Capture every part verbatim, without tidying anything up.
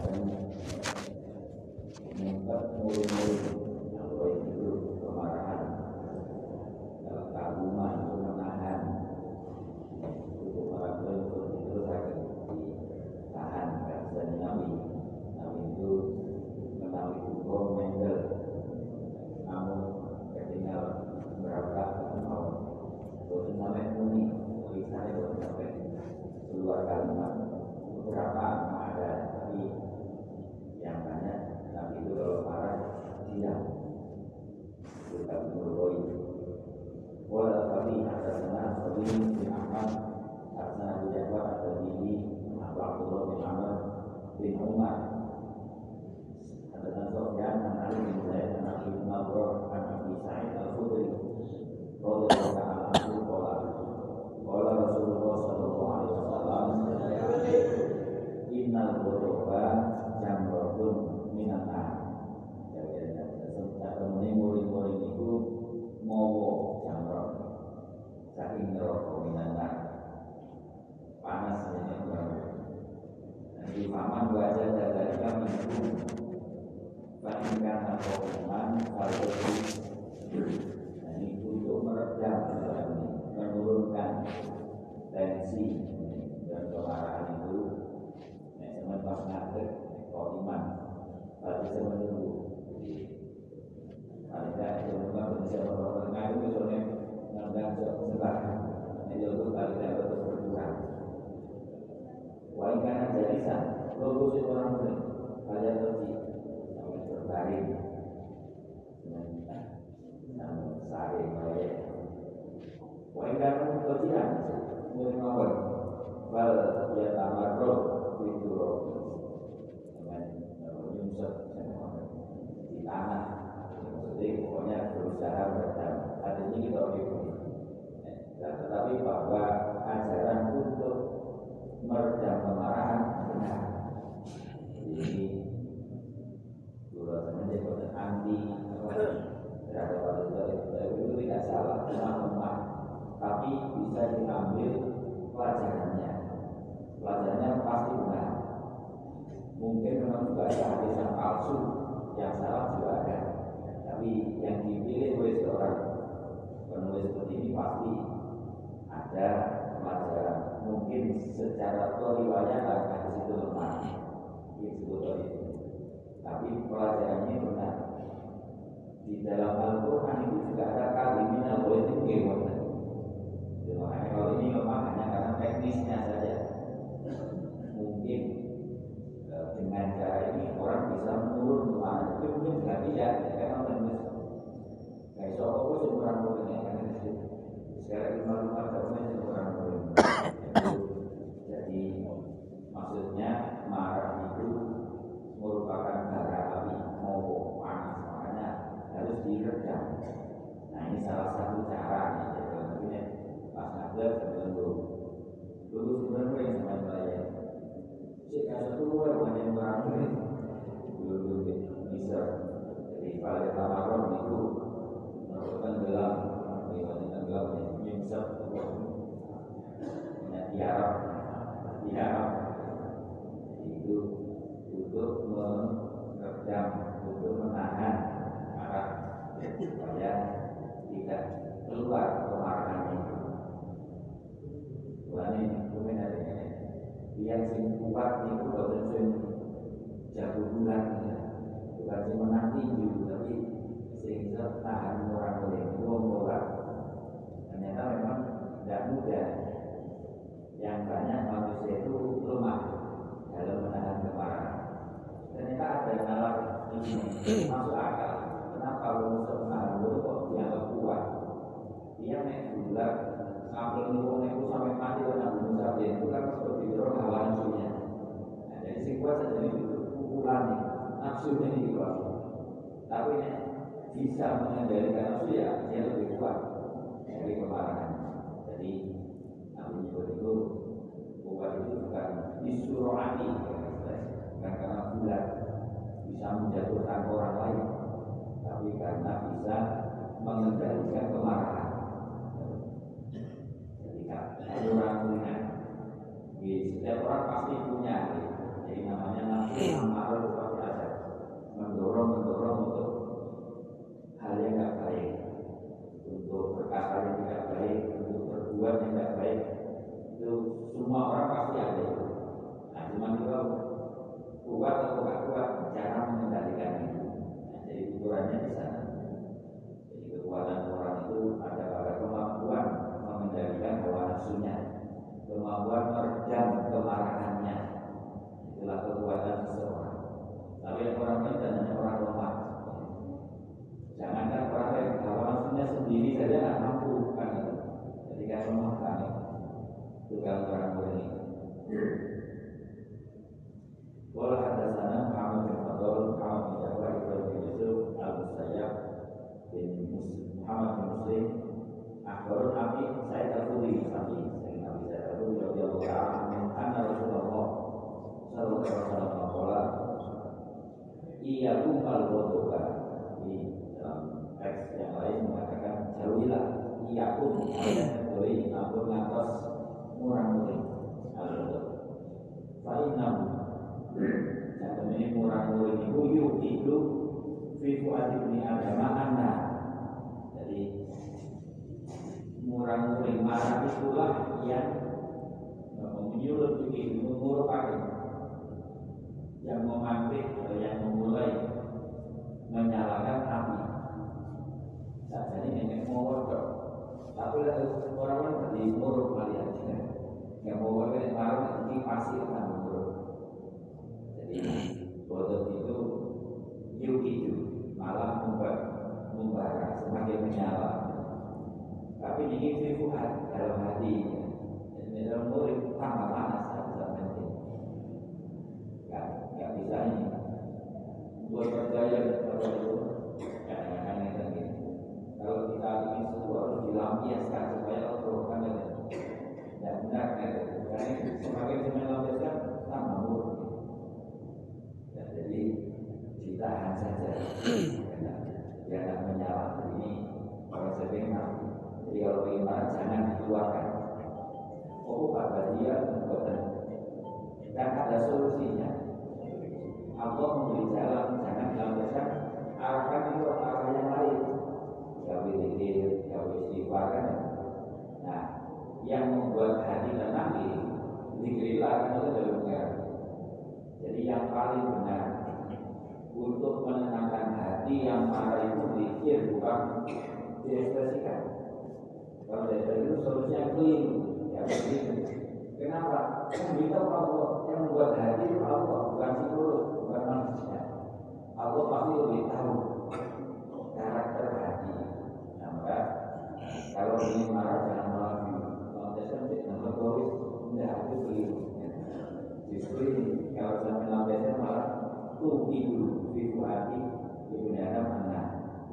mengikat murid-murid kalau itu kemarahan, dalam keagungan itu menahan itu para murid itu akan ditahan, tidak bisa dinami. Nabi itu menami hukum Mendel, namun ketinggal berapa tahun bosan sampai muni, tulisannya bosan sampai keluar kalimat beberapa ada, tapi yang banyak Nabi itu kalau marah diam, kita menurut walau kami ada sana seperti bin Ahmad, ada Abu Ja'far, ada Bibi Abu Abdullah bin Amr bin Umar, ada Sofyan, dan Ali bin Zaid, dan Abi bin Nabrah, dan Abi Sa'id Al-Khudri radhiyallahu ta'ala anhu qala qala Rasulullah sallallahu alaihi wasallam innal ghuraba jamratun minan nar. Jadi temene murid-murid itu mawa jamrat saking neraka minan nar. Panas ini banget. Nanti paman wajah dari kami itu bandingkan atau iman kalau ini untuk meredam menurunkan tensi dan kemarahan itu. Nah, pas ngadeg kalau iman tapi bisa menunggu. Ada yang memang bisa bertengah itu soalnya ngadeg sebelah. Ini itu kali tidak terus berkurang. Waikan jalisan, logo si orang ini kalian terci sampai berbaring dengan sari proyek. Waikan kejian, mulai mawar, bal dia tambah roh itu roh dengan nyungsep di tanah. Jadi pokoknya berusaha berdam. Artinya kita orang tetapi bahwa ajaran untuk meredam kemarahan benar. Jadi dulu dia kata anti terhadap wanita itu tidak salah, cuma lemah. Tapi bisa diambil pelajarannya. Pelajarannya pasti benar. Mungkin memang juga ada hadis yang palsu, yang salah juga ada. Tapi yang dipilih oleh seorang penulis seperti ini pasti ada pelajaran. Mungkin secara riwayat hadis itu lemah, disebut itu. Tapi pelajarannya benar. Di dalam Al-Quran itu juga ada kalimat boleh tinggi. Makanya kalau ini memang hanya karena teknisnya saja. Mungkin e, dengan cara ini orang bisa menurun ke mana. Tapi mungkin juga tidak. Karena teknis. Kayak soal apa sih orang bolehnya karena itu. Sekarang lima rumah tahunan itu orang boleh. Jadi maksudnya marah itu merupakan bara api mau panas, makanya harus diredam. Nah ini salah satu cara nih. Jadi pas ngajar sebelum dulu dulu sebenarnya yang sama saya jika satu orang banyak orang ini dulu dulu bisa jadi pada tamaron itu melakukan gelam dibandingkan gelam yang bisa di Arab di Arab itu untuk meredam untuk menahan marah supaya tidak keluar kemarahan itu. Wani mungkin ada yang sing kuat itu bukan sing jago bulan, bukan sing menang tinju, tapi sing tahan orang lain, buang bola. Ternyata memang tidak mudah. Yang banyak manusia itu lemah dalam menahan kemarahan. Ternyata ada nalar ini masuk akal. Kenapa manusia menahan dulu kok dianggap kuat? Dia naik bulan. Sampai ngomong itu sampai mati karena bunuh sapi itu kan seperti dorong hawa nafsunya. Nah, jadi si kuat saja itu pukulannya, nafsunya ini kuat. Tapi ini bisa mengendalikan nafsu ya, dia lebih kuat dari kemarahan. Jadi Nabi menyebut itu kuat itu bukan disuruh hati, bukan karena bulat bisa menjatuhkan orang lain, tapi karena bisa mengendalikan kemarahan. Orang punya, setiap orang pasti punya. jadi namanya nafsu amarah seperti ada mendorong mendorong untuk hal yang tidak baik, untuk berkata yang tidak baik, untuk berbuat yang tidak baik. Itu semua orang pasti ada itu. Nah, cuma kita kuat atau tidak kuat cara mengendalikan itu. Nah, jadi ukurannya di sana. Jadi kekuatan orang itu ada pada kemampuan mengendalikan hawa nafsunya, kemampuan meredam kemarahannya. Itulah kekuatan seseorang. Tapi orang lain dan hanya orang lemah. Jangankan orang lain, hawa nafsunya sendiri saja tidak mampu kan itu. Jadi kan lemah kan itu kalau orang ini. Wala hadatsana Muhammad bin Fadl, Muhammad bin Ja'far, Ibrahim bin Yusuf, Al-Musayyab bin Muhammad bin Muslim, akhbarun Abi Sa'id Al-Khudri, Abi Sa'id Al-Khudri radhiyallahu anhu, anna Rasulullah sallallahu alaihi wasallam qala, iyyakum al-ghadaba. Di dalam teks yang lain mengatakan jauhilah iyyakum boleh ampun ngantos murang-muring al-ghadab. Fa innahu dan ini murang-muring itu yuk itu fi fu'adi ibni Adam anna. Jadi murang-muring marah itulah yang menyulut itu mengurupakan, yang memantik atau yang memulai menyalakan api. Nah, jadi nenek mawar dong. Tapi orang-orang tadi muruk melihat yang mawar kan marah nanti pasti akan muruk. Jadi bodoh itu yukidu malah membuat membara semakin menyala. Tapi ini fifuhat dalam hati. Jadi dalam murid tambah panas sampai nanti. Gak, gak bisa ini. Buat percaya pada itu kadang-kadang yang tadi. Kalau kita ingin sesuatu harus dilampiaskan supaya Allah kan ada. Dan benar kan? Karena semakin dilampiaskan tambah muruk. Jadi ditahan saja, jangan menyala. Ini orang sering tahu. Jadi kalau ingin marah jangan dikeluarkan. Oh, kata dia buatan. Dan ada solusinya. Allah memberi jalan, jangan dilampiaskan. Arahkan itu arah yang lain. Gawe dikir, gawe istighfar kan. Nah, yang membuat hati tenang ini dikirilah kan oleh dalam negara. Jadi yang paling benar untuk menenangkan hati yang marah itu dikir, bukan diekspresikan. Kalau diekspresikan itu solusinya clean, ya begitu. Kenapa? Yang beritahu Allah, yang membuat hati itu Allah, bukan psikolog, bukan manusia. Allah pasti lebih tahu karakter hati. Nah, maka kalau ingin marah jangan malah dilampiaskan, jangan egois, tidak itu keliru. Justru ini kalau sampai lampiasnya malah tuh ibu ibu hati ibu Adam anak.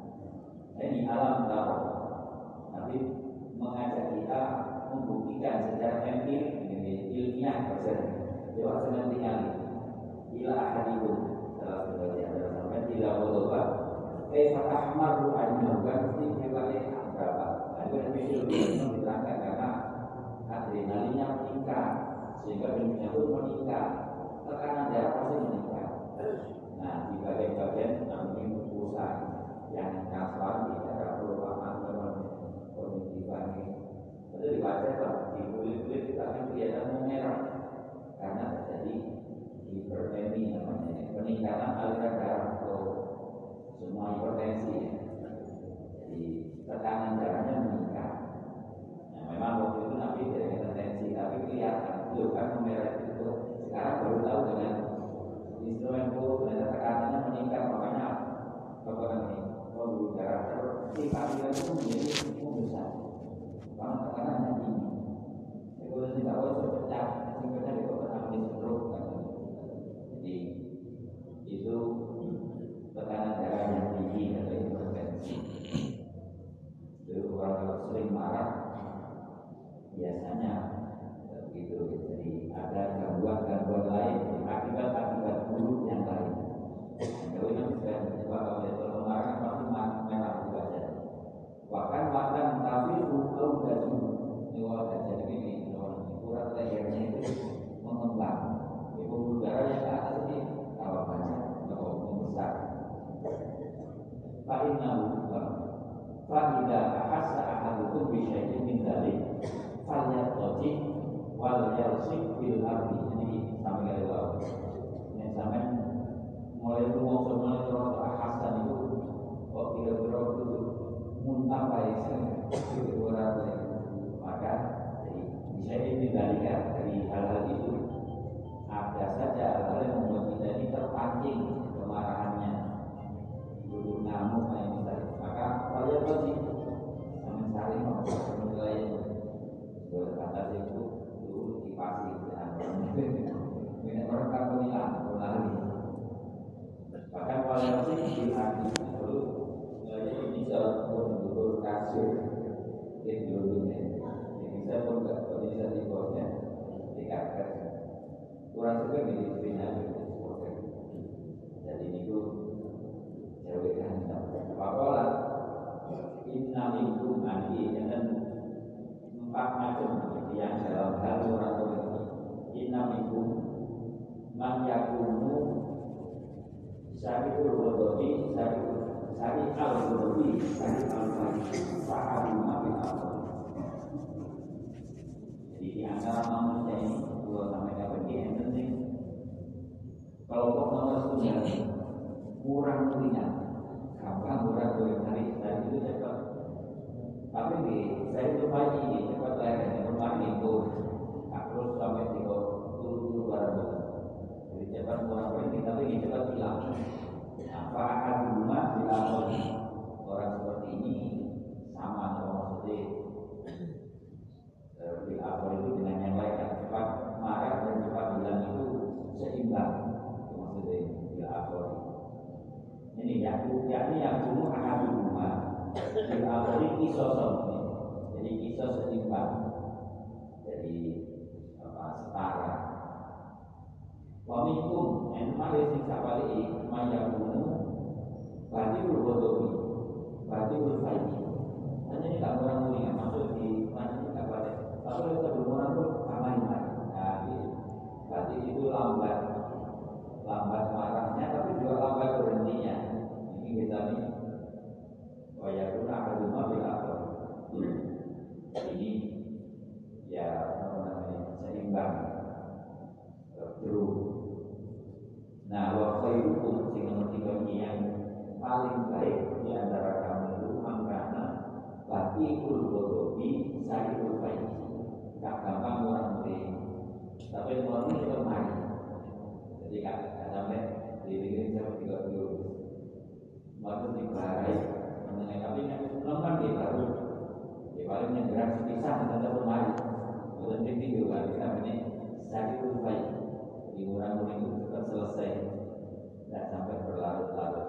Ini alam tahu, tapi mengajak kita membuktikan secara empirik ini ilmiah bersejarah. Coba senang tinggal ila ahadikum salah satu yang ada sampai tidak berubah. Eh fatah maru aja bukan mesti hebatnya berapa. Itu lebih lebih diterangkan karena adrenalinnya meningkat. Sehingga bentuknya pun meningkat, tekanan darah pasti meningkat. Nah, di bagian-bagian namanya pusat yang transparan di daerah perubahan kognitivan ini, itu dibaca lah di kulit-kulit kita akan kelihatan memerah karena terjadi hipertemi namanya, peningkatan aliran darah atau semua hipertensi. Jadi tekanan darahnya meningkat. Nah, memang waktu itu Nabi tidak hipertensi, tapi kelihatan. Itu kan memerah itu sekarang baru tahu dengan instrumen itu ternyata tekanannya meningkat, makanya apa namanya pembuluh darah tersimpang itu menjadi membesar karena tekanannya tinggi. Itu tidak boleh pecah, singkatnya itu pernah stroke kan. Jadi itu tekanan darah yang tinggi atau hipertensi. Itu orang kalau sering marah biasanya begitu. Jadi ada gangguan-gangguan lain, akibat-akibat buruk yang lain. Kalau ini sudah mencoba kalau dia marah pasti merah juga saja. Bahkan bahkan tapi tahu gaju, ini wajah jadi ini, kurang lehernya itu kurang suka di istrinya jadi itu cewek kan apa lah inna minkum mandi dan empat macam yang dalam hal orang tua inna minkum man yakunu syarikul wudu'i syarikul syari al-wudu'i syari al-fahim fa'alima bin'afal. Jadi di antara manusia ini dua sampai dapat yang penting kelompok nomor sembilan kurang ringan gampang kurang boleh cari dari itu cepat tapi di saya itu pagi ini cepat layar kemarin itu terus sampai tiga turu-turu barang jadi cepat kurang penting tapi ini cepat hilang. Apa akan rumah dilakukan orang seperti ini sama sama maksudnya di awal itu dengan yang lain cepat marah dan cepat hilang itu seimbang maksudnya di awal ini yang yakni yang dulu akan rumah di awal ini kisos jadi kisos seimbang jadi apa setara. Wamikum en male sing sapali mayakunu berarti berbodohi berarti berfaidi hanya ini tak orang mulia masuk di mana ini tak pada kalau kita bermoral itu aman nah berarti itu lambat lambat marahnya tapi juga lambat berhentinya ini kita nih wayakuna akaduma bila ini ya apa namanya seimbang terus. Nah, wa khairukum sing nomor tiga yang paling baik di antara kamu itu mangkana batikul wudu'i sa'idul faid. Tak gampang orang mesti. Tapi orang ini cepat mari. Jadi kata sampai dibikin sampai tiga puluh. Waktu dibarai mengenai kami yang lengkap di baru. Di paling yang gerak sepisah dengan mari. Bukan tinggi juga kita ini sa'idul faid. Di orang itu cepat selesai tidak sampai berlarut-larut.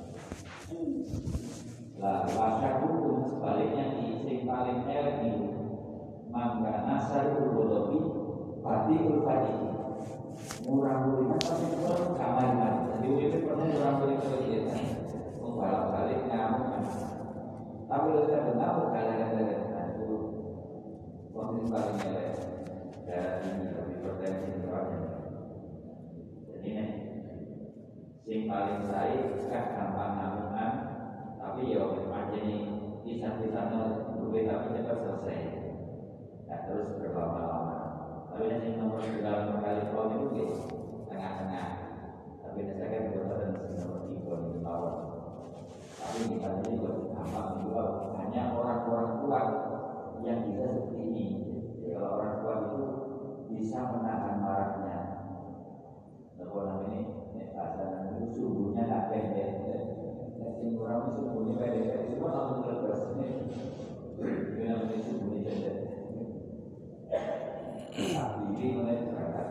Lah bahasa hukum sebaliknya di sing paling elok itu mangga nasarul wudu'i pati ulfadi murah murah tapi kalau kamar mandi jadi itu perlu murah murah kita membalap balik ngamuk tapi kalau kita dengar kalian-kalian itu posisi paling elok dan ini lebih bertensi berapa ini sing paling baik gak gampang ngamukan tapi ya macam ini kisah-kisahnya berbeda tapi cepat selesai ya terus berlama-lama tapi yang nomor dalam kali tahun itu gitu tengah-tengah tapi saya kan berapa dan nomor tiga di bawah tapi kita ini lebih gampang juga hanya orang-orang kuat yang bisa seperti ini jadi kalau orang kuat itu bisa menahan marahnya. Kalau ini bahasa subuhnya tak pendek, nasi kurang subuhnya pendek. Semua langsung terlepas ini, ini namanya subuhnya pendek. Tapi ini mulai terangkat.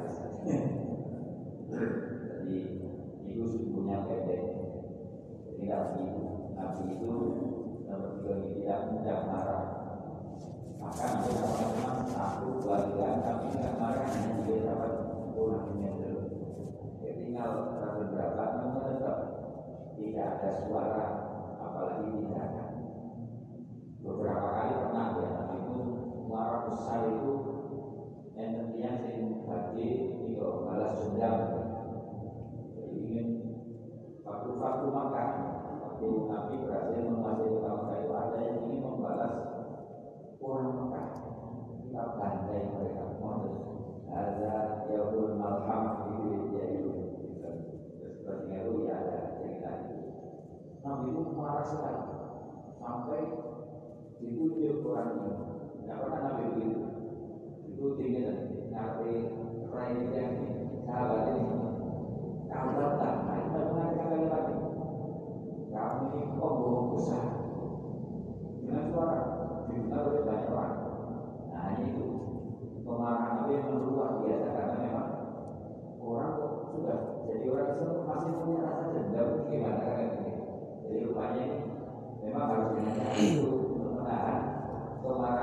Jadi itu subuhnya pendek. Jadi nabi, nabi itu nomor tiga ini tidak mudah marah. Maka nanti orang-orang satu dua tiga tapi tidak marah hanya tiga dapat kurangnya. Tinggal beberapa namun tetap tidak ada suara apalagi tindakan. Beberapa kali pernah ya tapi itu suara besar itu yang tentunya sering bagi itu balas dendam. Jadi ingin waktu-waktu makan waktu Nabi berhasil menguasai utama itu ada yang ingin membalas orang Mekah. Kita bantai mereka modus. Ada yaudul malham itu jadi sepertinya itu ya ada cerita itu. Nabi itu marah sekali sampai ditunjuk orang ini. Tidak pernah Nabi begitu. Itu tinggal nanti rai yang sahabat ini. Kamu datang, nah itu mengatakan lagi lagi. Kamu ini kok bohong besar. Dengan suara didengar oleh banyak orang. Nah itu kemarahan Nabi yang luar biasa karena memang orang kok sudah jadi orang Islam masih punya rasa dendam gimana kan ini. Jadi rupanya memang harus dengan cara itu untuk menahan kemarahan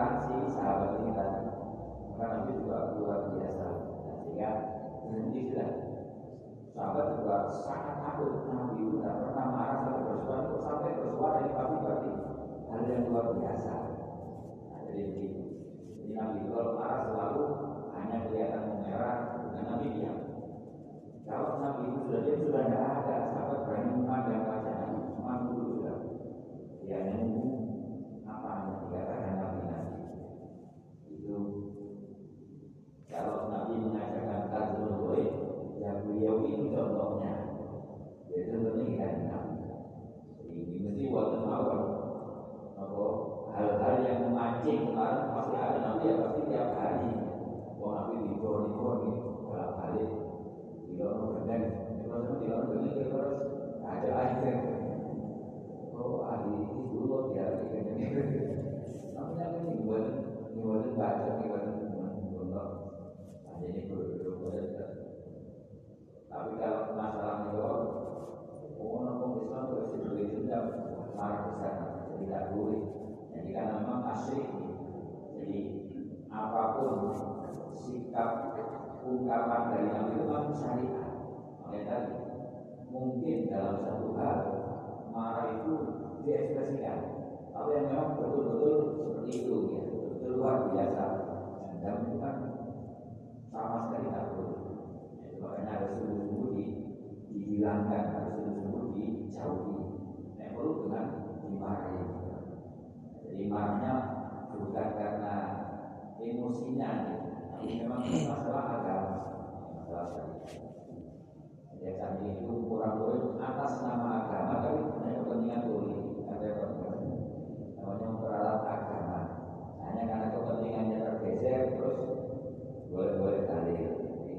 sahabat juga sangat takut. Nabi itu tidak pernah marah sampai bersuara, kok sampai bersuara ini pasti berarti hal yang luar biasa. Nah, jadi begitu. Jadi Nabi itu kalau marah selalu hanya kelihatan memerah, dengan Nabi diam. Kalau Nabi itu sudah diam, sudah tidak ada sahabat berani memandang wajah Nabi, semua dulu sudah. Dia nunggu apa yang dikatakan Nabi nanti. Itu kalau Nabi mengajarkan tadzul ghaib, ya beliau ini contohnya. Jadi contohnya kita Nabi. Ini mesti wonten mawon apa hal-hal yang memancing kemarin pasti ada Nabi ya pasti tiap hari. Wong Nabi dibor-bor nih bolak balik. Di luar benar, di luar di luar benar terus ada aja. Oh hari ini dulu dia ini. Namanya ini buat ini buat baca ini buat untuk jadi guru-guru tapi kalau masalah itu, orang Islam bersih itu tidak marah besar, tidak boleh. Jadi karena memang asyik, jadi apapun sikap ungkapan dari Nabi itu memang syariat. Makanya tadi mungkin dalam satu hal marah itu diekspresikan, tapi yang memang betul-betul seperti itu, ya, betul luar biasa. Dan itu kan sama sekali tak boleh. Makanya harus sungguh-sungguh di, dihilangkan, harus sungguh-sungguh dijauhi. Nah, perlu dengan dimarahi. Jadi marahnya bukan karena emosinya, tapi memang masalah agama, masalah syariat. Jadi saat itu orang-orang atas nama agama, tapi hanya kepentingan politik, ada kepentingan namanya memperalat agama. Hanya karena kepentingannya tergeser, terus boleh-boleh dalil.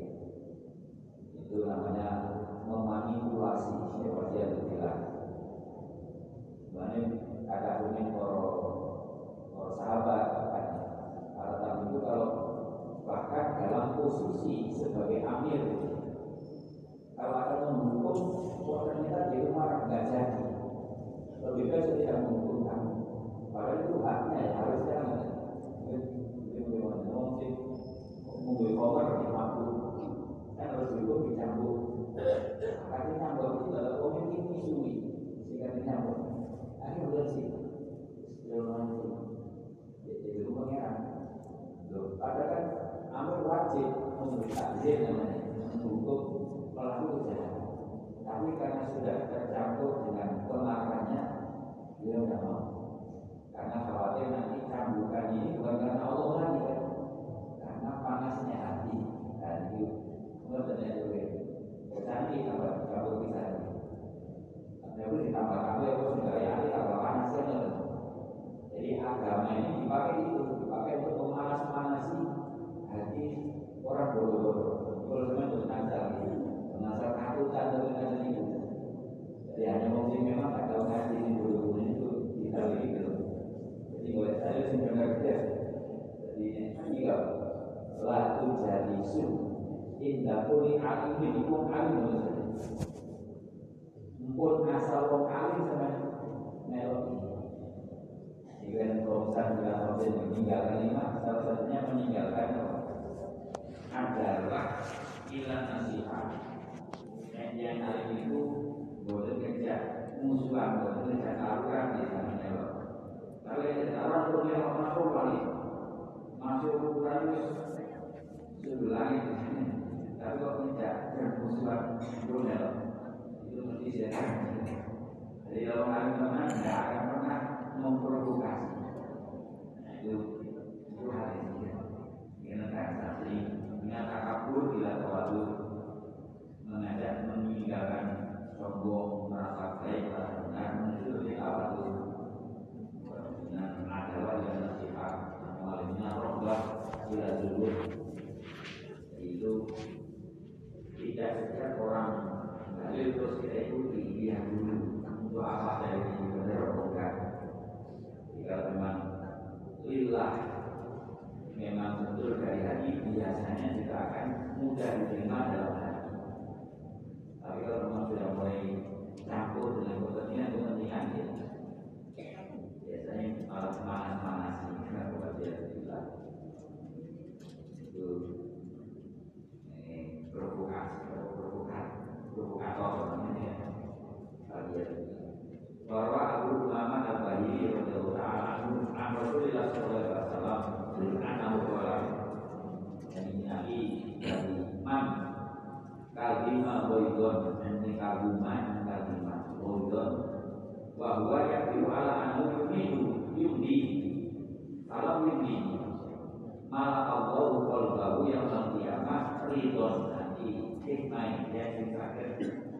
Itu namanya memanipulasi, seperti yang dibilang. Sebenarnya kata kuning para para sahabat katanya. Para tamu itu kalau bahkan dalam posisi sebagai amir, kalau akan menghukum, kok ternyata di rumah nggak jadi. Lebih baik tidak menghukum kamu. Padahal itu haknya ya harusnya nggak. Jadi bagaimana mungkin membuat power di mampu. Kan harus dihukum dicambuk. Akhirnya nyambuk itu adalah komentar misui sehingga dinyambuk. Akhirnya udah sih sebelum itu jadi itu pengeran. Padahal kan amir wajib memberi takzir namanya, menghukum pelaku kejahatan. Tapi karena sudah tercampur dengan pengarahnya, dia tidak mau. Karena khawatir nanti cambukan ini bukan karena Allah lagi kan, karena panasnya hati dan itu. Enggak benar juga. Kesannya tambah tambah bisa. Tapi ditambah tambah itu sudah ya tambah panasnya. Jadi agama ini dipakai itu, dipakai untuk memanas-manasi hati orang bodoh-bodoh. Kalau cuma untuk nazar, nazar ketakutan dengan nazar itu. Jadi hanya mungkin memang tak tahu ngaji ini bodoh-bodoh itu kita begitu. Jadi boleh saya sebenarnya kerja. Jadi ini kalau latu jadi su. Indah pun alim ini pun alim saja. Pun asal pun alim sama melodi. Jika perusahaan bila proses meninggalkan lima, salah satunya meninggalkan adalah ilan nasihat. Yang alim itu boleh kerja musuhan, boleh kerja taruhan di sana melodi. Kalau yang taruhan pun melodi masuk lagi, masuk ukuran sebelah itu. Tapi kalau tidak bermusuhan model itu mesti saya. Jadi kalau kami teman tidak akan pernah memprovokasi. Nah, itu itu hal yang ini kan asli. Ingat takabur bila terlalu mengajak meninggalkan sombong, merasa baik, merasa benar, menuju di awal itu. Dan adalah yang nasihat, malamnya rombak bila dulu itu. Tidak setiap orang dalil terus kita ikuti dia dulu untuk apa dari benar atau enggak. Jika memang lillah memang betul dari hati biasanya kita akan mudah diterima dalam hati. Tapi kalau memang sudah mulai campur dengan kepentingan-kepentingan kita, biasanya malah panas-panas karena kepentingan lillah itu provokasi, provokasi, atau ini ya kalian. Bahwa Abu Umamah Al-Bahili radhiyallahu ta'ala anhu an Rasulullah sallallahu alaihi wasallam annahu qala ini nabi dari man kalima boydon ini kalima kalima boydon wa huwa yaqiu ala anhu yumidu yumdi kalau yumdi malah Allah qalbahu yang qiyamah ridon nanti hikmah yang sakit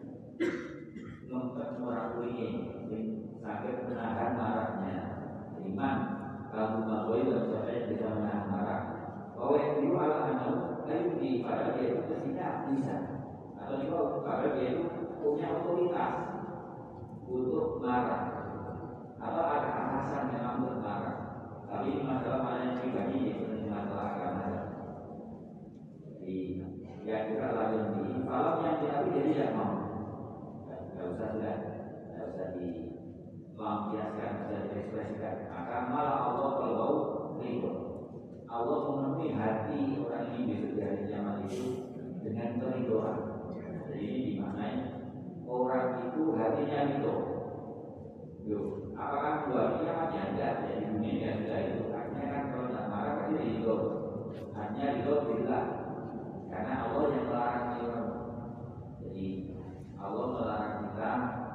untuk merakui sakit menahan marahnya iman kalau mengawai dan sampai bisa menahan marah bahwa yang dulu ala anak lalu di pada dia itu tidak bisa atau juga pada dia itu punya otoritas untuk marah atau ada alasan memang untuk marah tapi ini masalah mana yang pribadi ini masalah agama jadi ya kita lalu di kalau yang tidak jadi tidak mau nggak usah sudah nggak usah di melampiaskan dan diekspresikan maka malah Allah kalau ridho Allah memenuhi hati orang ini besok di hari kiamat itu dengan keridhoan jadi ini dimaknai orang itu hatinya ridho yuk apakah dua kiamatnya enggak ya di dunia yang sudah itu artinya kan kalau tidak marah pasti ridho hanya ridho bila karena Allah yang melarang itu jadi Allah melarang kita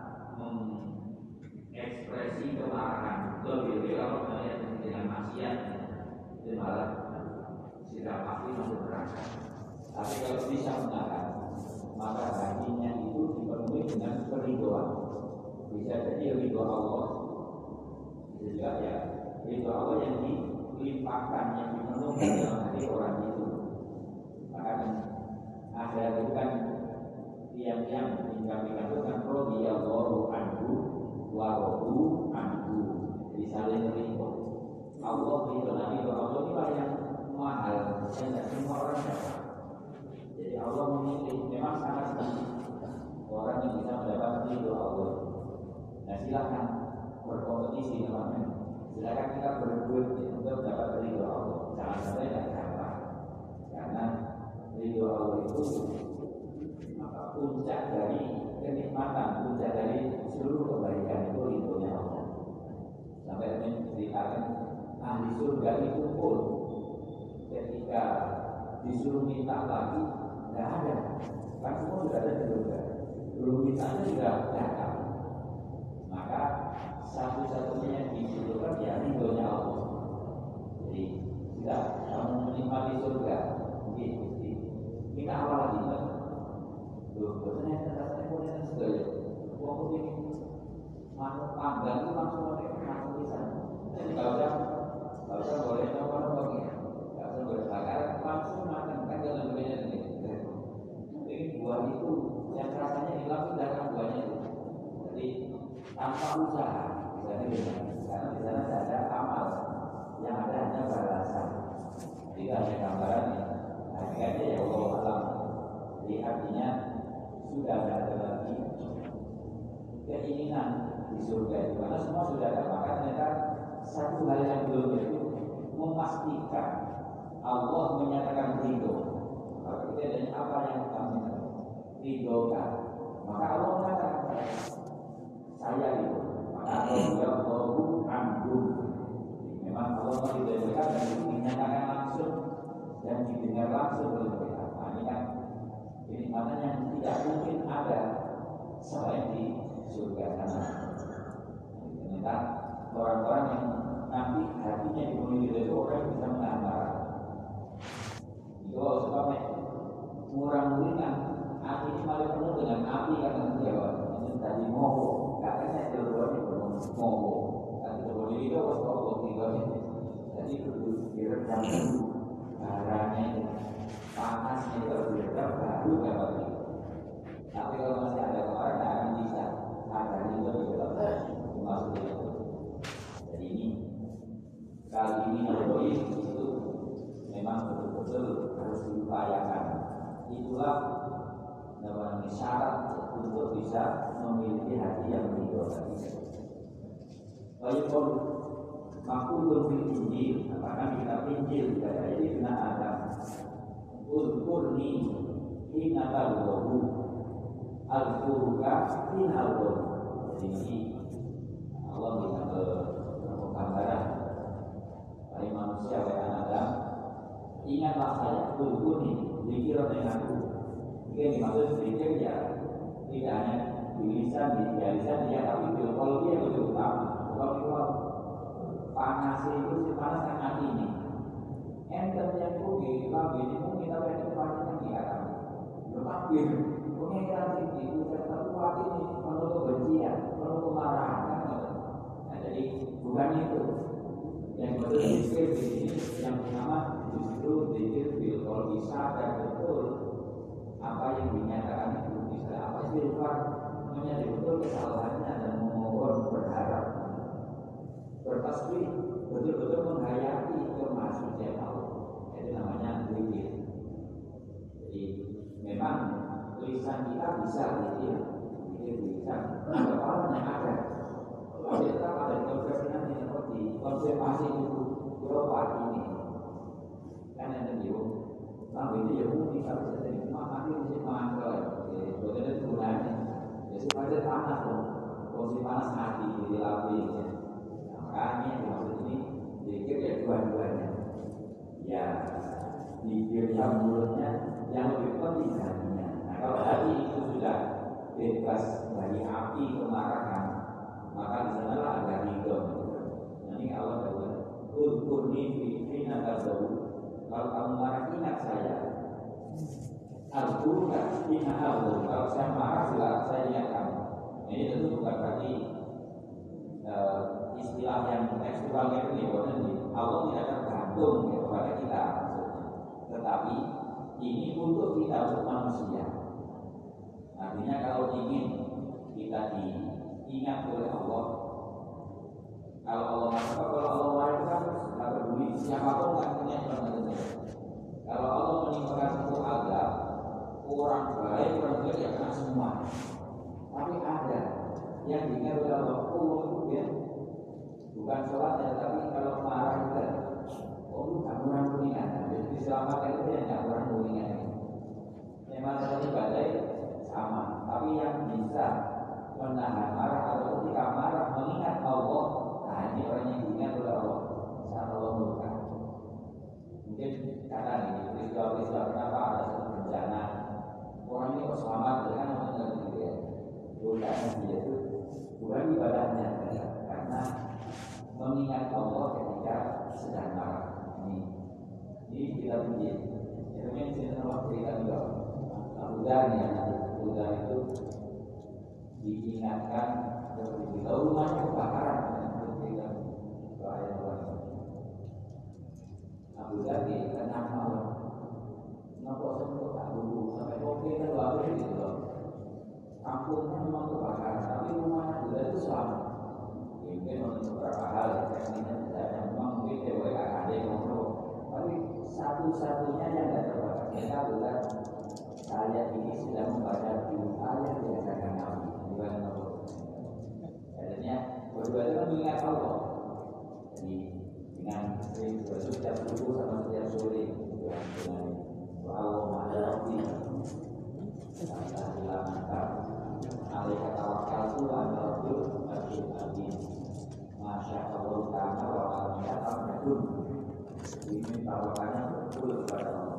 mengekspresi kemarahan lebih-lebih kalau melihat dengan maksiat itu malah sudah pasti masuk neraka tapi kalau bisa menahan maka hatinya itu dipenuhi dengan keridhoan bisa jadi ridho Allah bisa juga ya ridho Allah yang dilimpahkan yang dipenuhi dalam hati orang itu maka akhirat itu kan tiap-tiap kami katakan radhiyallahu anhu wa radu anhu jadi saling ridho Allah ridho Nabi Allah inilah yang mahal yang tidak semua orang dapat jadi Allah memilih memang sangat sedikit orang yang bisa mendapat ridho Allah nah silakan berkompetisi teman-teman silakan kita berbuat untuk mendapat ridho Allah jangan sampai tidak dapat karena ridho Allah itu maka puncak dari kenikmatan puncak dari seluruh kebaikan itu ridhonya Allah sampai menceritakan ahli surga itu pun ketika disuruh minta lagi tidak ada kan semua sudah ada di surga belum mintanya juga datang maka satu-satunya yang disurga ya ridhonya Allah jadi tidak kamu menikmati surga mungkin kita apa lagi loh, biasanya rasanya boleh segala waktu ini manut panggang itu langsung pakai langsung bisa jadi kalau usah kalau usah boleh nopo-nopo gitu kalau usah boleh bakar langsung makan kan jangan berbeda ini ini buah itu yang rasanya hilang sudah kan buahnya itu jadi tanpa usaha misalnya gitu karena di sana tidak ada amal yang ada hanya balasan tidak ada gambarannya hakikatnya ya Allah alam jadi artinya sudah tidak ada lagi keinginan di surga itu karena semua sudah ada maka ternyata satu hal yang belum itu memastikan Allah menyatakan ridho kalau kita dari apa yang kami ridhokan maka Allah mengatakan saya itu maka Allah Allahu anhu memang Allah meridhokan dan itu dinyatakan langsung dan didengar langsung oleh kita nah, ini kan kenikmatan yang tidak mungkin ada selain di surga sana. Ternyata orang-orang yang nanti hatinya dipenuhi dari orang yang bisa menahan marah. Itu sebabnya murah-murahkan hati ini malah penuh dengan api karena Jawa. Ini tadi moho, katanya dua-duanya penuh moho. Tadi dua-duanya itu harus Allah tinggalnya. Jadi diredam dulu barangnya itu. Panasnya itu harus diredam baru dapat itu. Tapi kalau masih ada orang yang akan bisa ada itu juga masuk itu. Jadi ini kali ini egois itu memang betul-betul harus diupayakan. Itulah namanya syarat untuk bisa memiliki hati yang ridho tadi. Walaupun makhluk fil Injil, apakah kita Injil dari Ibnu Adam, Ulkurni hina taluhu al-furuka minal ghurur. Jadi ini Allah bisa ke gambaran dari manusia oleh anak Adam. Ingatlah saya kulkuni zikir denganku. Ini dimaksud zikir ya tidak hanya di lisan, di lisan dia, tapi di qalbi yang lebih utama. Kalau panas itu si panas kan hati ini. Enten yang kugi, kalau ini mungkin kita pengen panas di atas. Berpakir, pengiran tinggi itu serta kuat ini penuh kebencian, penuh kemarahan. Nah jadi bukan itu. Yang betul zikir di sini yang pertama justru zikir bil qalbi, sadar betul apa yang dinyatakan itu bisa apa sih luar menyadari betul kesalahannya dan memohon berharap bertasbih betul-betul menghayati kemahasucian Allah. Itu namanya zikir. Jadi memang lisan kita bisa zikir, zikir lisan. Ada apa yang ada? Kalau kita ada konversi nanti seperti konservasi itu Eropa ini, kan ada juga. Tapi itu ya mungkin kita bisa jadi mati di sini mangkel. Jadi itu gunanya. Jadi supaya panas loh. Kalau panas hati di lapis. Makanya maksud ini zikir ya dua-duanya. Ya zikir yang mulutnya yang lebih penting hatinya. Nah kalau hati itu sudah bebas dari api kemarahan, maka di sanalah ada ridho. Nanti Allah berkata, "Udkurni fi hinatabahu." Kalau kamu marah ingat saya. Al-Qur'an inna Allah. Kalau saya marah sila saya ingat kamu. Ini tentu bukan berarti uh, istilah yang tekstual itu ya, Allah tidak tergantung ya, kepada kita maksudnya. Tetapi ini untuk kita, untuk manusia. Artinya kalau ingin kita diingat oleh Allah, kalau Allah marah, kalau Allah marah itu kan tidak peduli siapapun kan punya pertanyaan. Kalau Allah menimpakan satu azab, orang baik, orang baik ya kena semua. Tapi ada yang diingat oleh Allah, Allah itu dia bukan sholatnya, tapi kalau marah itu, oh itu tak kurang kuningan. Jadi diselamatkan itu yang tak kurang kuningan. Memang seperti badai sama, tapi yang bisa menahan marah atau ketika marah mengingat Allah, nah ini orang yang diingat oleh Allah saat Allah murka. Mungkin kata ini peristiwa-peristiwa kenapa ada satu bencana orang ini kok selamat dengan mendengar gitu ya. Bukan dia itu bukan ibadahnya ya, karena mengingat Allah ketika sedang marah. Ini ini kita bikin. Ini mungkin Allah cerita juga. Abu Dhar ya, Abu Dhar itu diingatkan kita rumahnya kebakaran. Abu Dhar diingatkan malam. Kenapa semua tak dulu sampai kopi terlalu gitu loh. Kampungnya memang kebakaran, tapi rumahnya Abu Dhar itu selamat. Mungkin untuk beberapa hal teknisnya tidak memang mungkin dewa ada yang ngobrol. Tapi satu-satunya yang tidak terbakar kita adalah saya ini sudah membaca doa yang diajarkan Nabi. Bukan Allah. Adanya berdua itu mengingat Allah. Jadi dengan sering setiap subuh sama setiap sore dengan Allah Maha Rabbi. Saya hilangkan alaihi tawakkaltu wa rabbul alamin. Masya Allah ta'ala wa alam yata'am. Ini tawakalnya betul kepada Allah.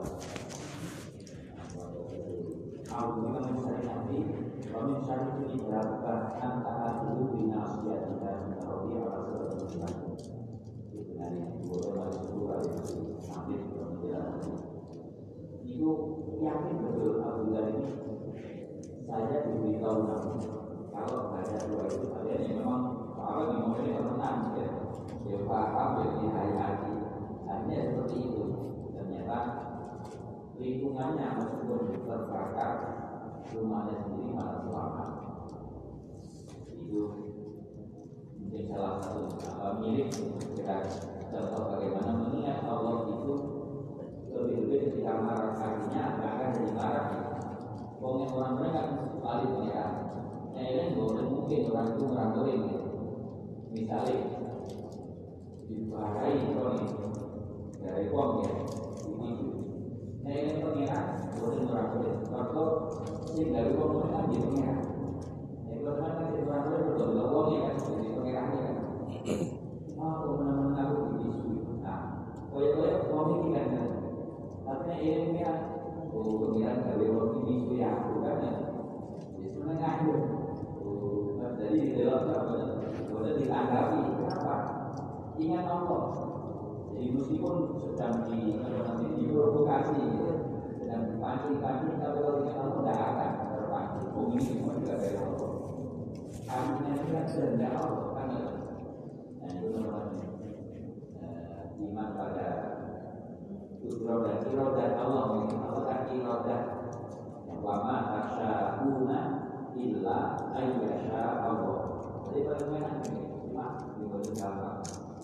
Aku juga mencari Nabi, kami mencari ini berlakukan antara dulu di nasihat dan menaruhi Allah seperti itu. Sebenarnya boleh masuk dua itu Nabi berjalan. Itu yakin betul Abu Dhar ini. Saya diberitahu Nabi kalau baca doa itu ada yang memang kalau di mobil tenang ya, dia paham jadi hayati. Hanya seperti itu. Ternyata lingkungannya meskipun terbakar, rumahnya sendiri malah selamat. Itu mungkin salah satu apa milik kita contoh bagaimana mengingat Allah itu lebih-lebih ketika marah hatinya nggak akan jadi marah. Pokoknya orang mereka sekali pengiran. Nah ini boleh mungkin orang itu merangkulin ya. Misalnya dibarahi orang ini dari uang ya, ini Nah ini pengiran, bukan orang boleh. Kalau sih dari orang kan jadi pengiran. Jadi kalau kan si orang boleh betul betul uang ya kan, jadi pengiran ya kan. Oh, teman-teman aku dibisu. Nah, koyak-koyak uang ini kan. Tapi ini pengiran, oh pengiran dari uang dibisu ya, bukan ya. Jadi sebenarnya ngadu. Oh, jadi di dalam apa? Boleh ditanggapi. Kenapa? Ingat Allah. Jadi meskipun sedang di nanti diprovokasi, gitu, sedang dipancing-pancing, tapi kalau ingat Allah tidak akan terpancing. Oh ini semua juga dari Allah. Artinya ini kan kehendak Allah kan? Nah itu namanya iman pada irodah irodah Allah. Allah kan irodah. Wa ma tasyauna illa ayyasha Allah. Jadi bagaimana ini? Cuma dibuat gampang.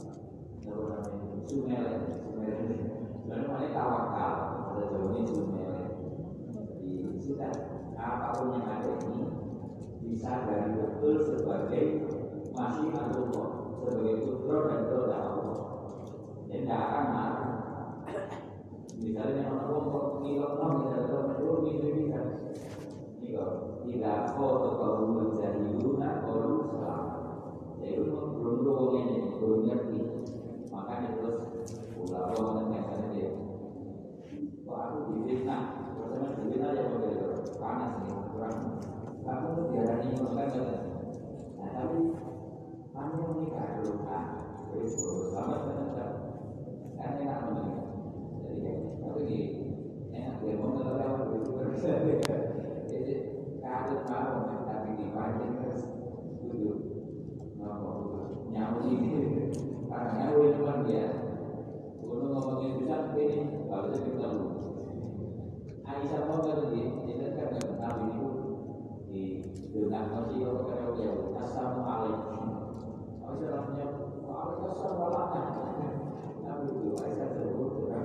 Sumele, sumele ini, sebenarnya tawakal, pada jauh ini sumele. Jadi sudah apapun yang ada ini bisa dari betul sebagai masih Allah, sebagai kudro dan doa Allah. Dan tidak akan marah. Misalnya orang orang ngilok nom tidak tahu menurut itu bisa. Jika tidak foto kau menjadi guna kalau salah, jadi belum belum ini belum ngerti. Makanya terus ulama mengenai dia. Kok aku difitnah? Terus difitnah ya model panas nih, kurang. Kamu tuh diarani makan kan? Nah tapi kamu menikah dulu kan? Terus sama dengan kan enak banget. Jadi tapi di enak dia mau ngelawat itu bisa. Jadi kalau mau tapi dipancing terus duduk, ngomong nyamuk ini. Karena itu cuma dia, kalau ngomongin bisa ini, kalau saya kita dulu. Aisyah mau kan di, kita kan nabi itu di dengan masih kalau kita jauh, assalamualaikum. Aisyah namanya, waalaikumsalam. Nabi itu Aisyah sebut dengan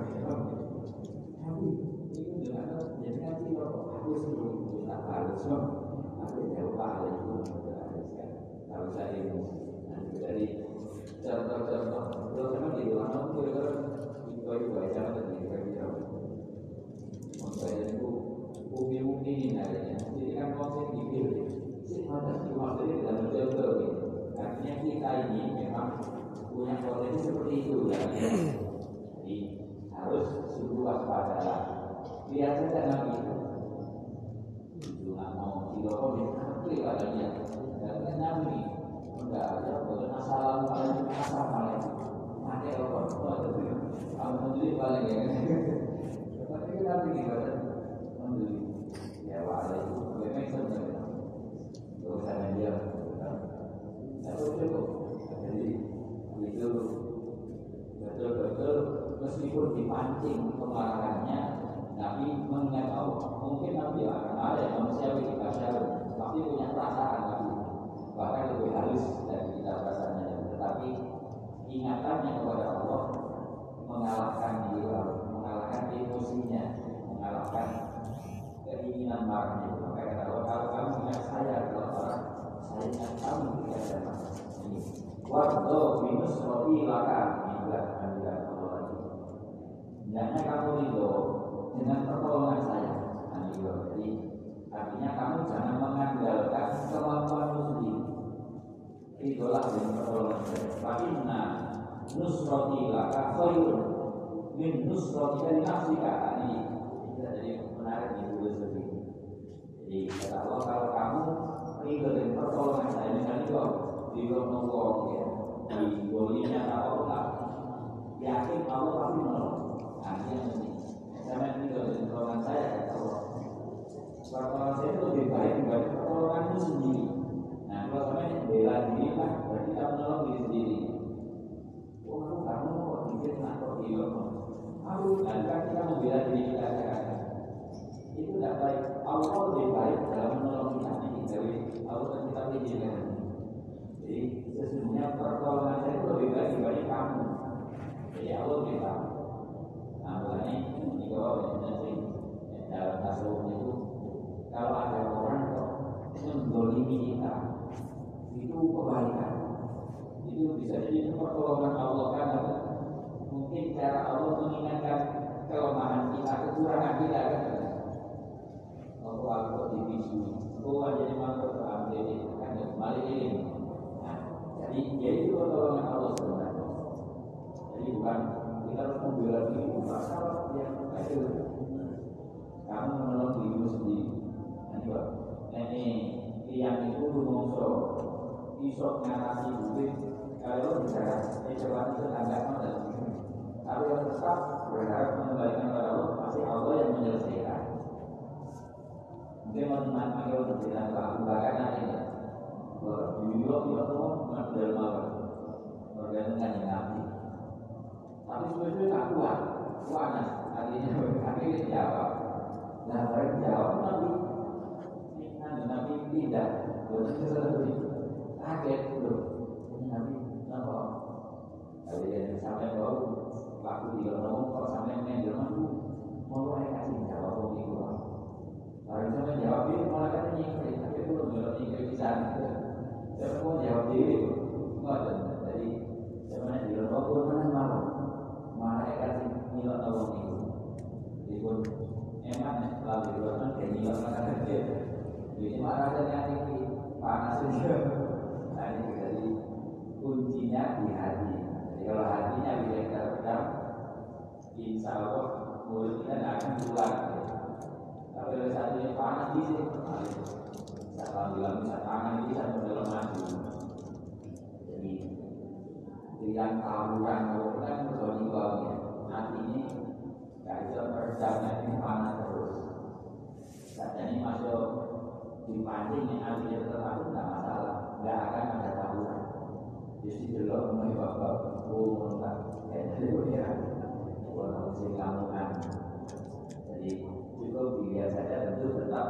nabi itu dengan jadi nanti kalau aku sebelum kita harus aku jawab waalaikumsalam. Kalau saya ini nanti dari contoh-contoh, kalau sama di luar negeri itu itu baca tadi kan saya itu bumi-bumi ini adanya. Jadi kan konsep dipilih. Sih ada cuma dari dalam contoh ini. Artinya kita ini memang punya potensi seperti itu ya. Jadi harus sungguh waspada. Lihat saja nabi itu. Itu nggak mau dilokong nanti katanya. Dan nabi enggak ada bukan assalamualaikum assalamualaikum mati apa alhamdulillah paling ya tapi kita begini pada alhamdulillah ya waalaikumsalam memang sebenarnya dosa dia tapi cukup jadi itu betul-betul meskipun dipancing kemarahannya tapi mengingat Allah mungkin Nabi akan ada manusia yang kita tapi punya perasaan Nabi bahkan lebih halus dari kita rasanya, tetapi ingatannya kepada Allah mengalahkan dia, mengalahkan emosinya, mengalahkan keinginan marahnya. Maka kata Allah, kalau kamu ingat saya adalah orang, saya ingat kamu tidak ada masalah. Ini waktu minus roti laka juga anda Allah lagi. Hendaknya kamu ridho dengan pertolongan saya. Jadi artinya kamu jangan mengandalkan kemampuanmu sendiri. Itulah yang pertolongan saya. Fa'inna nusrati laka khairun min nusrati dari nafsika. Ini kita jadi menarik di dulu seperti ini. Jadi kata Allah kalau kamu ridho dengan pertolongan saya, misalnya kok di ngomong ya, di bolinya Allah, yakin Allah pasti menolong. Artinya ini, saya ridho dengan pertolongan saya kata Allah. Pertolongan saya itu lebih baik dibanding pertolonganmu sendiri. Nah, kalau sampai bela diri lah, berarti kamu menolong diri sendiri. Oh, kamu kamu kok difitnah kok dilokong? Aku kan kita membela diri kita saja. Itu tidak baik. Allah lebih baik dalam menolong kita ini dari Allah dan kita pikirkan. Jadi sesungguhnya pertolongan saya itu lebih baik dibanding kamu. Jadi Allah lebih tahu. Nah, makanya ini kalau nanti dalam tasawuf itu kalau ada orang kok mendolimi kita, itu kebaikan. Itu bisa jadi pertolongan Allah kan? Mungkin cara Allah mengingatkan kelemahan kita, kekurangan kita kan. Aku aku dibisu, aku jadi makhluk terambil kan balik ini. Nah, jadi ya itu pertolongan Allah sebenarnya. Jadi bukan kita harus membela diri, masalah yang itu. Kamu menolong dirimu sendiri. Nanti pak, ini yang itu rumongso, isok ngarasi duit. Kalau bicara, ini coba itu tanda mana? Tapi yang tetap berharap mengembalikan pada Allah, masih Allah yang menyelesaikan. Mungkin teman-teman panggil dengan Pak Abu Bakar nanti ya. Beliau tidak mau mengambil malam, bergantungan dengan Nabi. Tapi sebenarnya tak kuat, panas. Artinya akhirnya jawab. Nah, mereka jawab Nabi. Nanti Nabi tidak. Berarti sesuatu kaget loh. Nabi, kenapa? Kalau dia sampai baru waktu dia ngomong kalau sampai main di rumah tuh mau mulai kasih jawab mau itu. Kalau sampai jawab dia malah katanya nyingkir, tapi itu belum belum nyingkir bisa. Saya mau jawab dia, nggak ada. Jadi sebenarnya di rumah pun mana malu, malah kasih nilai tolong itu. Jadi pun emang kalau di rumah kayak nilai makan dia. Jadi malah katanya ini panas juga. Nah ini jadi kuncinya di hati. Jadi kalau hatinya bisa kita redam, insya Allah mulut kita tidak akan keluar. Tapi kalau saat ini panas di sini, saya bilang bisa tangan ini bisa dalam maju. Jadi dengan tawuran kan bergolong-golongnya. Hati ini tidak bisa meredamnya ini panas terus. Saat ini masuk dipancing yang artinya terlalu tidak masalah, tidak akan ada tawuran. Jadi dulu mulai bapak oh menolak kayak tadi ya orang muslim lamongan. Jadi cukup dilihat saja tentu tetap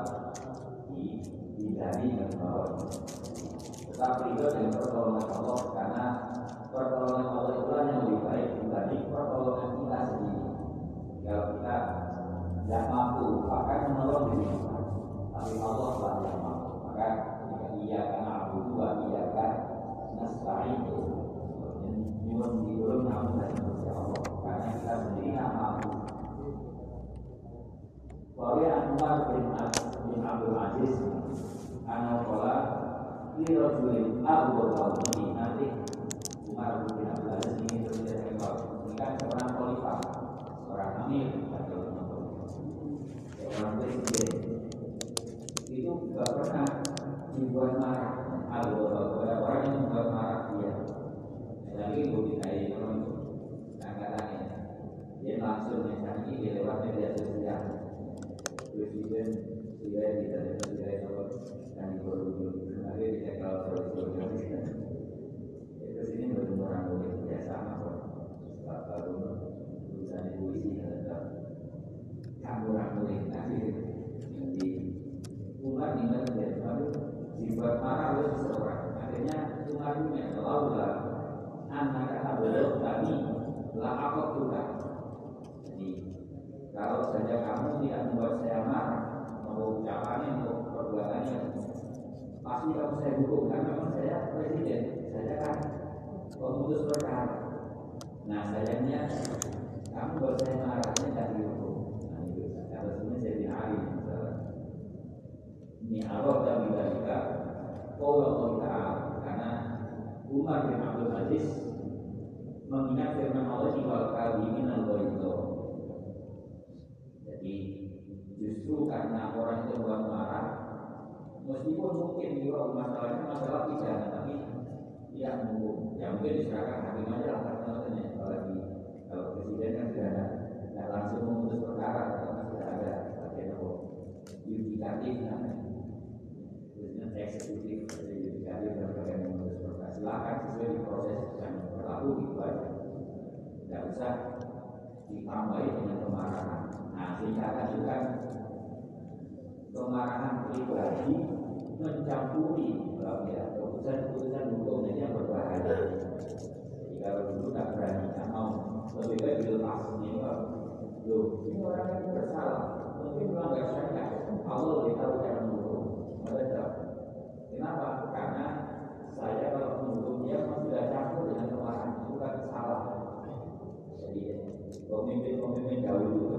dihindari dan bawah. Tetap ridho dengan pertolongan Allah karena pertolongan Allah itulah yang lebih baik dibanding pertolongan kita sendiri. Kalau kita tidak mampu akan menolong diri kita, tapi Allah lah yang mampu. Maka jika ia karena Abu Dua ia kan nasta'in nyuwun diulung namun dari Gusti Allah karena kita sendiri tidak mampu. Wa ya Umar bin bin Abdul Aziz ana qala li rajulin Abu Bakar nanti Umar bin Abdul Aziz ini terjadi ini kan seorang khalifah, seorang amir atau seorang presiden itu juga pernah dibuat marah. Ada orang yang membuat marah dia. Lagi budidaya orang angkatannya, dia langsung misalnya ini lewat media sosial. Presiden sudah kita sudah tahu dan diurus kemarin kita kalau sosial media. Itu sini belum orang boleh biasa apa? Baru urusan polisi ada campuran boleh nanti di Umar tinggal dari baru dibuat marah oleh seseorang. Akhirnya Umar ini tahu lah anak abdul kami lah apa juga. Jadi kalau saja kamu tidak membuat saya marah, mau ucapannya, mau perbuatannya, pasti kamu saya hukum karena memang saya presiden, saya kan pemutus perkara. Nah sayangnya kamu buat saya marahnya tidak dihukum. Nah itu kalau sebenarnya saya dihari misalnya. Ini Allah dan bila juga Allah Taala karena Umar bin Abdul Aziz mengingat firman Allah di wal kalimin al-ghaidho. Jadi justru karena orang itu buat marah, meskipun mungkin juga masalahnya masalah pidana, tapi tidak menghukum. Ya mungkin diserahkan hakim aja lah katanya. Apalagi kalau presiden kan sudah ada, tidak langsung memutus perkara, karena sudah ada bagian apa yudikatif namanya. Eksekutif dari yudikatif dan bagian memutus perkara. Silakan sesuai di proses yang berlaku gitu aja. Tidak usah ditambahi dengan kemarahan. Nah, sehingga juga kemarahan pribadi mencampuri ya, keputusan-keputusan hukum ini yang berbahaya. Jadi kalau dulu tak berani, tak mau, lebih baik dilepas ini pak. Loh, ini orang yang bersalah, mungkin melanggar syariat. Allah lebih tahu cara menghukum. Mereka, kenapa? Karena saya kalau menghukum dia sudah campur dengan kemarahan, itu kan salah. Jadi pemimpin-pemimpin dahulu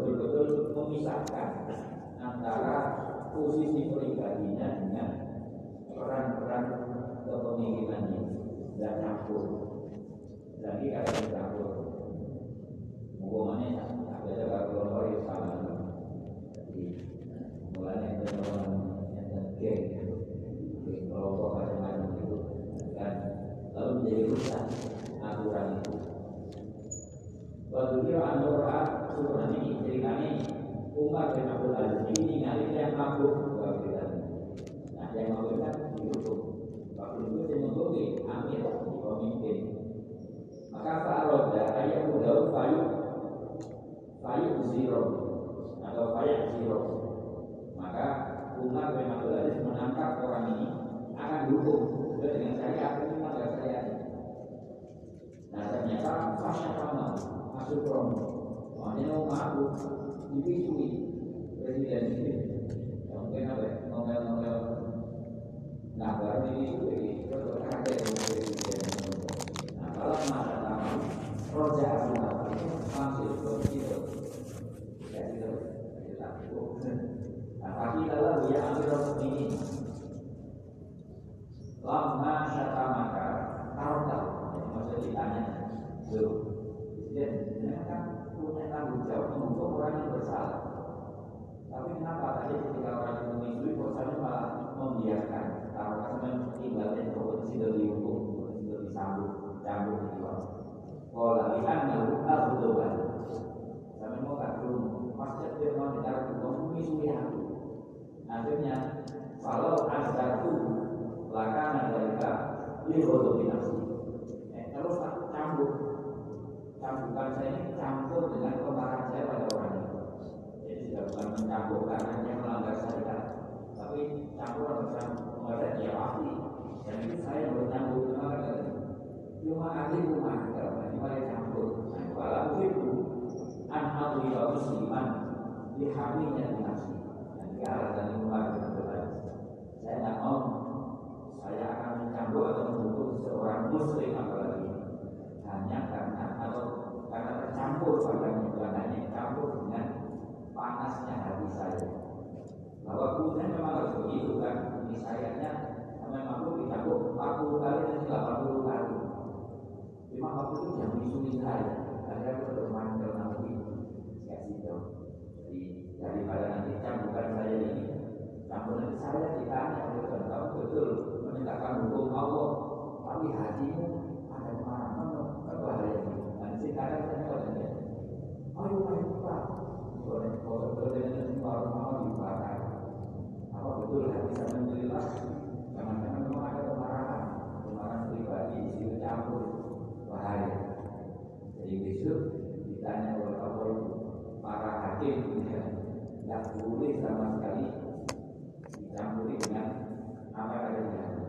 kelompok macam-macam itu kan, lalu menjadi rusak aturan itu. Waktu dia anora suruhan ini ceritanya Umar bin Abdul Aziz ini ngalih yang mabuk waktu itu. Nah yang mabuk kan dihukum. Waktu itu dia menghukumi amir pemimpin. Maka Pak Roda ayat Udaud Fayu Fayu Ziro atau Fayak Ziro. Maka Umar bin Abdul Aziz menangkap orang ini akan dihukum sesuai dengan syariat, ini melanggar syariat. Nah ternyata fasya kamal masuk romo, makanya mau mabuk dipisui presiden ini. Mungkin apa? Ngomel-ngomel. Nah baru dipisui terus kaget presiden. Nah kalau masa tamu roja Abu Bakar langsung begitu. Ya gitu. Nah pagi lalu ya ambil ini. Lama syatamaka tahu-tahu. Maksudnya ditanya, loh, presiden ini kan punya tanggung jawab untuk orang yang bersalah. Tapi kenapa tadi ketika orang itu menyusui, bosannya malah membiarkan karena sampai tinggalnya potensi dari hukum, potensi dari sambung, cambuk di luar. Kalau lihat lalu al-hudoban, sampai mau kagum, masjid dia mau ditaruh hukum menyusui aku. Akhirnya kalau azatu lakan mereka dihodopinasi. Terus tak campur, campuran saya ini campur dengan kemarahan saya pada orang itu. Jadi tidak bukan mencampur karena dia melanggar syariat, tapi campur bersama mereka dia pasti. Dan itu saya yang bercampur dengan mereka. Cuma ahli rumah kalau dimana campur. Nah, kalau itu anhal riba musliman dihaminya dinasti. Nanti alasan rumah betul-betul. Saya tidak mau. Saya akan mencampur atau mendukung seorang muslim apalagi hanya karena atau karena tercampur padanya, bukan hanya campur dengan panasnya hati saya. Bahwa kemudian memang harus begitu kan, ini syariatnya memang perlu dicampur empat puluh kali dan delapan puluh kali. Cuma waktu itu yang disuni saya, saya bermain dalam hati kasih tahu. Jadi daripada nanti campuran saya ini, campuran saya ditanya oleh tahu betul menegakkan hukum Allah, tapi hatimu ada kemana-mana, berbahaya. Dan sekarang saya katakan, ayo ayo pak, boleh boleh boleh dengan orang mau dibakar. Apa betul hati saya menjelaskan? Jangan-jangan memang ada kemarahan, kemarahan pribadi di situ campur, bahaya. Jadi besok ditanya oleh Allah itu para hakim tidak boleh sama sekali dicampuri dengan apa yang ada di hati.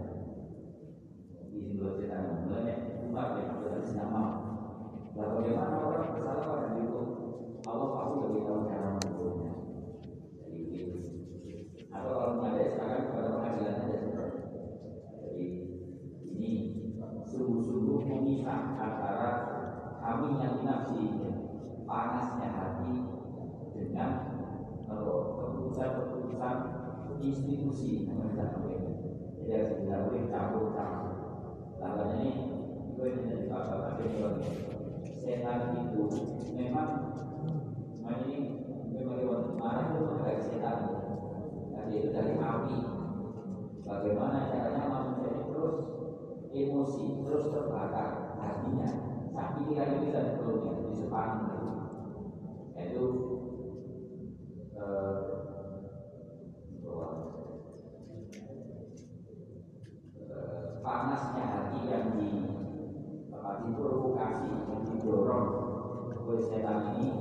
Di dua cerita mulanya Umar yang sudah sama. Lalu bagaimana orang bersalah pada itu? Allah pasti lebih tahu cara menghukumnya. Jadi itu. Atau kalau ada sekarang kepada pengadilan saja. Jadi ini sungguh-sungguh memisah antara kami yang nafsi, panasnya hati dengan keputusan-keputusan institusi yang kita lakukan. Jadi harus dilalui campur-campur. Lalu ini itu yang menjadi faktor akhirnya setan itu memang ini memang marah itu dari setan. Jadi itu dari api. Bagaimana caranya manusia ini terus emosi, terus terbakar hatinya. Saat ini kali bisa diperlukan di sepanjang itu. Itu eh, panasnya hati yang di apa diprovokasi, yang didorong oleh setan ini.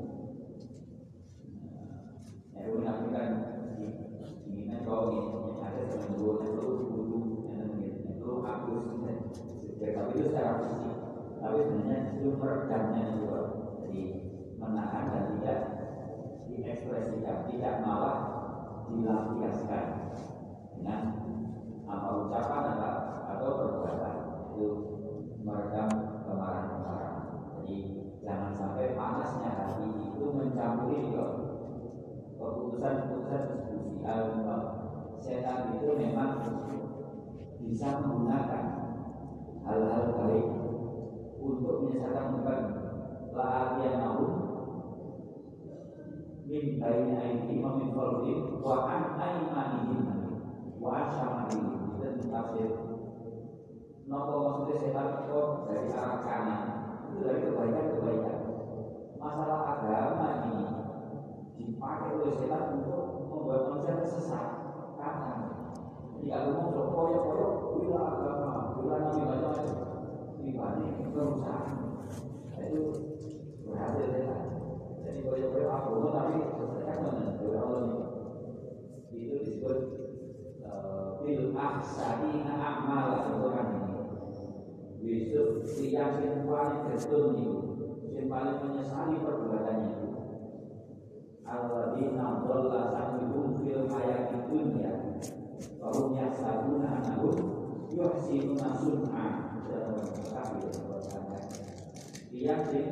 Ya, mengakibatkan inginnya kau ini ada seminggu itu butuh itu hapus, tapi itu secara fisik. Tapi sebenarnya itu meredamnya juga, jadi menahan dan tidak diekspresikan, tidak malah dilampiaskan dengan apa ucapan atau atau perbuatan itu meredam kemarahan-kemarahan. Jadi jangan sampai panasnya hati itu mencampuri ke keputusan-keputusan diskusi. Setan itu memang bisa menggunakan hal-hal baik untuk menyesatkan bukan la'atian naum min baini aydihim wa min khalfihim wa an aymanihim wa an syamalihim. Kita setan itu dari arah kanan, itu dari kebaikan-kebaikan. Masalah agama ini dipakai oleh setan untuk membuat manusia tersesat. Kanan. Jadi kalau mau koyok-koyok, bila agama, bila nabi macam-macam, dibanding kerusakan, itu berhasil setan. Jadi koyok-koyok agama tapi sesuai dengan oleh Allah itu disebut bil ahsanina a'mala Quran ini. Besok yang paling betul itu, yang paling menyesali perbuatannya itu. Alladzina dhalla sa'yuhum fil hayatid dunya wa hum yahsabuna annahum yuhsinuna sun'a. Dia sing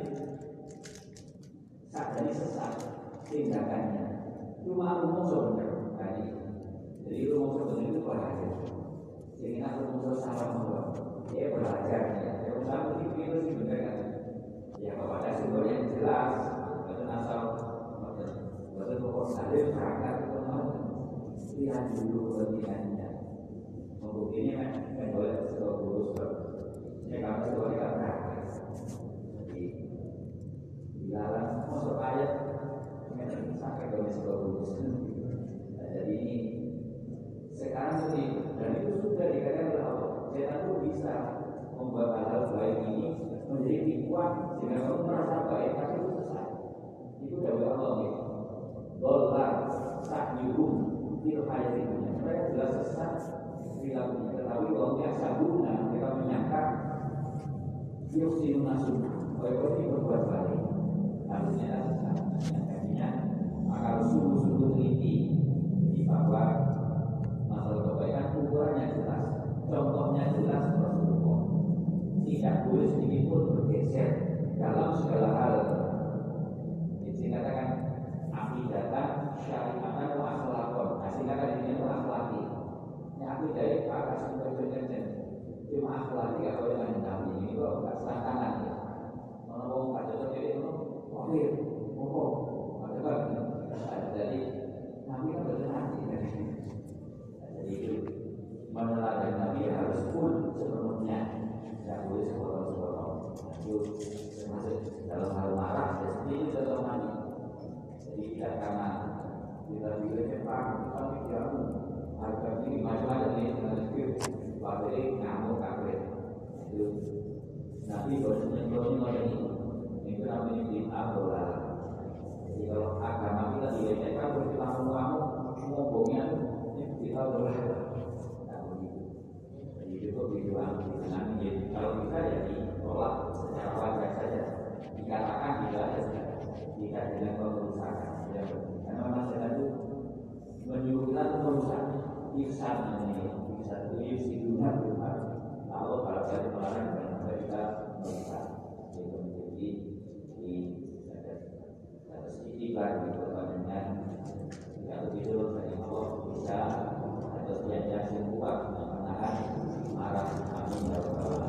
sadari sesat tindakannya cuma rumus bener tadi. Jadi rumus bener itu belajar. Sehingga rumus salah membuat dia belajar ya. Yang sama itu itu sih bener kan? Ya kepada sumber yang jelas, bukan asal bukan pokok salib berangkat itu mau lihat dulu kepentingannya. Membuktinya kan boleh sebuah guru ya kalau sebuah kita berangkat. Jadi dilarang masuk ayat sampai ke sebuah guru. Jadi ini sekarang seperti dan itu sudah dikatakan oleh Allah. Setan itu bisa membuat hal baik ini menjadi tipuan sehingga kamu merasa baik tapi itu sesat. Itu dari Allah nih. Dolar sakyuhum fil hayati dunia. Mereka jelas sesat perilakunya. Tetapi kalau biasa guna mereka menyangka yuhsinuna sunna. Kalau ini berbuat baik harusnya sesat. Artinya maka harus sungguh-sungguh teliti bahwa masalah kebaikan ukurannya jelas, contohnya jelas Rasulullah. Tidak boleh sedikit pun bergeser dalam segala hal. Jadi katakan akidatan, syariatan, wa akhlakon. Nah, singkatan ini itu akhlaki. Ini akidah itu agak sumber-sumber cuma akhlaki gak boleh main kami ini kok gak selangkangan ya. Kalau mau gak cocok jadi itu, wahir, mokok, ada kan? Jadi Nabi kan berhati. Jadi itu meneladani Nabi harus full sepenuhnya, tidak boleh sepotong-sepotong. Itu termasuk dalam hal marah, ya seperti itu contoh Nabi. Jadi tidak karena kita bila cepat, kita pikirmu harga ini macam-macam nih dengan itu, padahal ngamuk kaget. Itu Nabi bersenyum-senyum ini, itu namanya bid'ah bola. Jadi kalau agama kita dilecehkan, terus kita ngamuk-ngamuk, ngomongnya kita boleh. Itu biduan nanti kalau bisa ya ditolak secara wajar saja, dikatakan tidak ada tidak dengan perusahaan ya, karena masalah itu menyuruh kita untuk merusak ihsan ini ihsan itu yusiduna benar kalau kalau dari melarang dan kita merusak itu menjadi di atas istighfar gitu dengan kalau begitu dari Allah bisa atas janji yang kuat menahan marah kami ya Allah.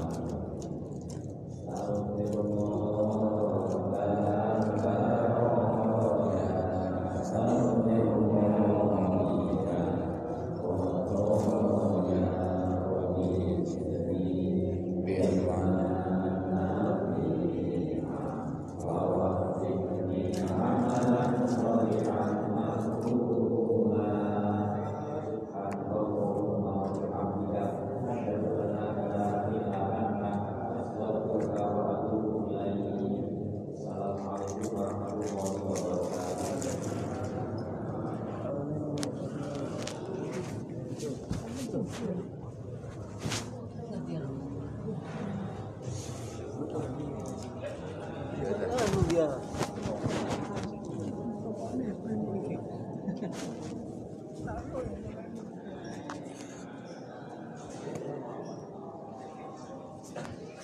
Dia.